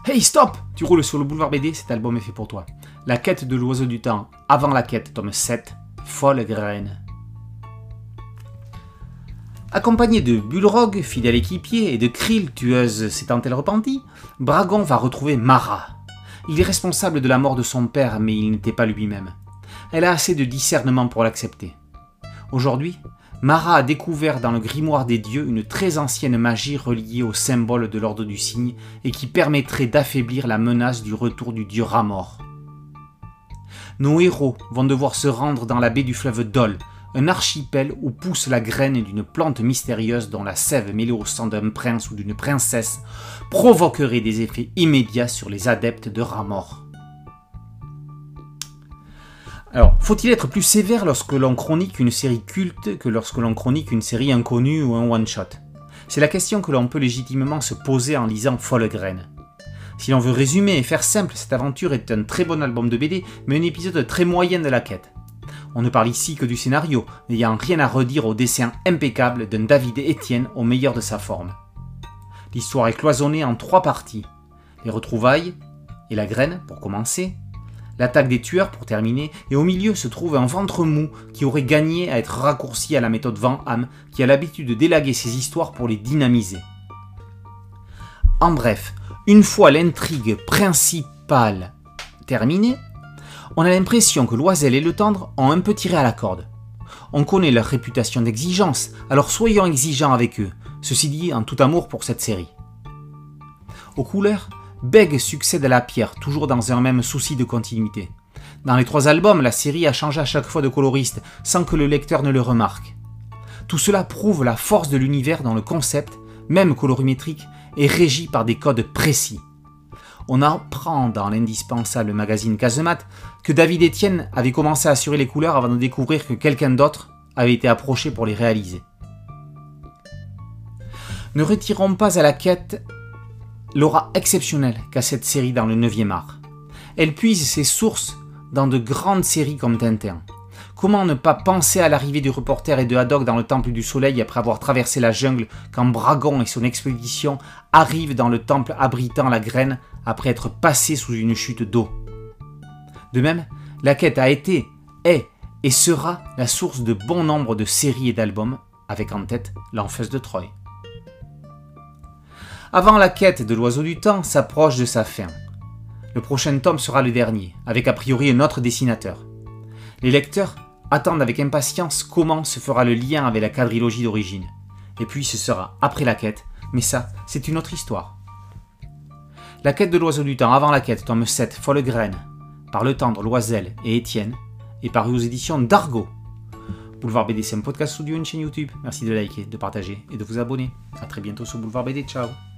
Hey stop! Tu roules sur le boulevard BD, cet album est fait pour toi. La quête de l'oiseau du temps, avant la quête, tome 7, Folle graine. Accompagné de Bulrog, fidèle équipier, et de Krill, tueuse s'étant-elle repentie, Bragon va retrouver Mara. Il est responsable de la mort de son père, mais il n'était pas lui-même. Elle a assez de discernement pour l'accepter. Aujourd'hui, Mara a découvert dans le grimoire des dieux une très ancienne magie reliée au symbole de l'ordre du cygne et qui permettrait d'affaiblir la menace du retour du dieu Ramor. Nos héros vont devoir se rendre dans la baie du fleuve Dol, un archipel où pousse la graine d'une plante mystérieuse dont la sève mêlée au sang d'un prince ou d'une princesse provoquerait des effets immédiats sur les adeptes de Ramor. Alors, faut-il être plus sévère lorsque l'on chronique une série culte que lorsque l'on chronique une série inconnue ou un one-shot? C'est la question que l'on peut légitimement se poser en lisant Folle graine. Si l'on veut résumer et faire simple, cette aventure est un très bon album de BD, mais un épisode très moyen de la quête. On ne parle ici que du scénario, n'ayant rien à redire au dessin impeccable d'un David Etienne au meilleur de sa forme. L'histoire est cloisonnée en 3 parties. Les retrouvailles et la graine, pour commencer, l'attaque des tueurs pour terminer, et au milieu se trouve un ventre mou qui aurait gagné à être raccourci à la méthode Van Hamme, qui a l'habitude de d'élaguer ses histoires pour les dynamiser. En bref, une fois l'intrigue principale terminée, on a l'impression que Loisel et Le Tendre ont un peu tiré à la corde. On connaît leur réputation d'exigence, alors soyons exigeants avec eux, ceci dit en tout amour pour cette série. Aux couleurs, Beg succède à la pierre, toujours dans un même souci de continuité. Dans les 3 albums, la série a changé à chaque fois de coloriste, sans que le lecteur ne le remarque. Tout cela prouve la force de l'univers dont le concept, même colorimétrique, est régi par des codes précis. On apprend dans l'indispensable magazine Casemat que David Etienne avait commencé à assurer les couleurs avant de découvrir que quelqu'un d'autre avait été approché pour les réaliser. Ne retirons pas à la quête l'aura exceptionnelle qu'a cette série dans le 9e art. Elle puise ses sources dans de grandes séries comme Tintin. Comment ne pas penser à l'arrivée du reporter et de Haddock dans le Temple du Soleil après avoir traversé la jungle quand Bragon et son expédition arrivent dans le temple abritant la graine après être passés sous une chute d'eau. De même, la quête a été, est et sera la source de bon nombre de séries et d'albums, avec en tête L'Enfeuse de Troie. Avant la quête de l'Oiseau du Temps s'approche de sa fin. Le prochain tome sera le dernier, avec a priori un autre dessinateur. Les lecteurs attendent avec impatience comment se fera le lien avec la quadrilogie d'origine. Et puis ce sera après la quête, mais ça, c'est une autre histoire. La quête de l'Oiseau du Temps avant la quête, tome 7, Folle graine, par Le Tendre, Loisel et Etienne, est paru aux éditions d'Argo. Boulevard BD, c'est un podcast audio, une chaîne YouTube. Merci de liker, de partager et de vous abonner. A très bientôt sur Boulevard BD, ciao.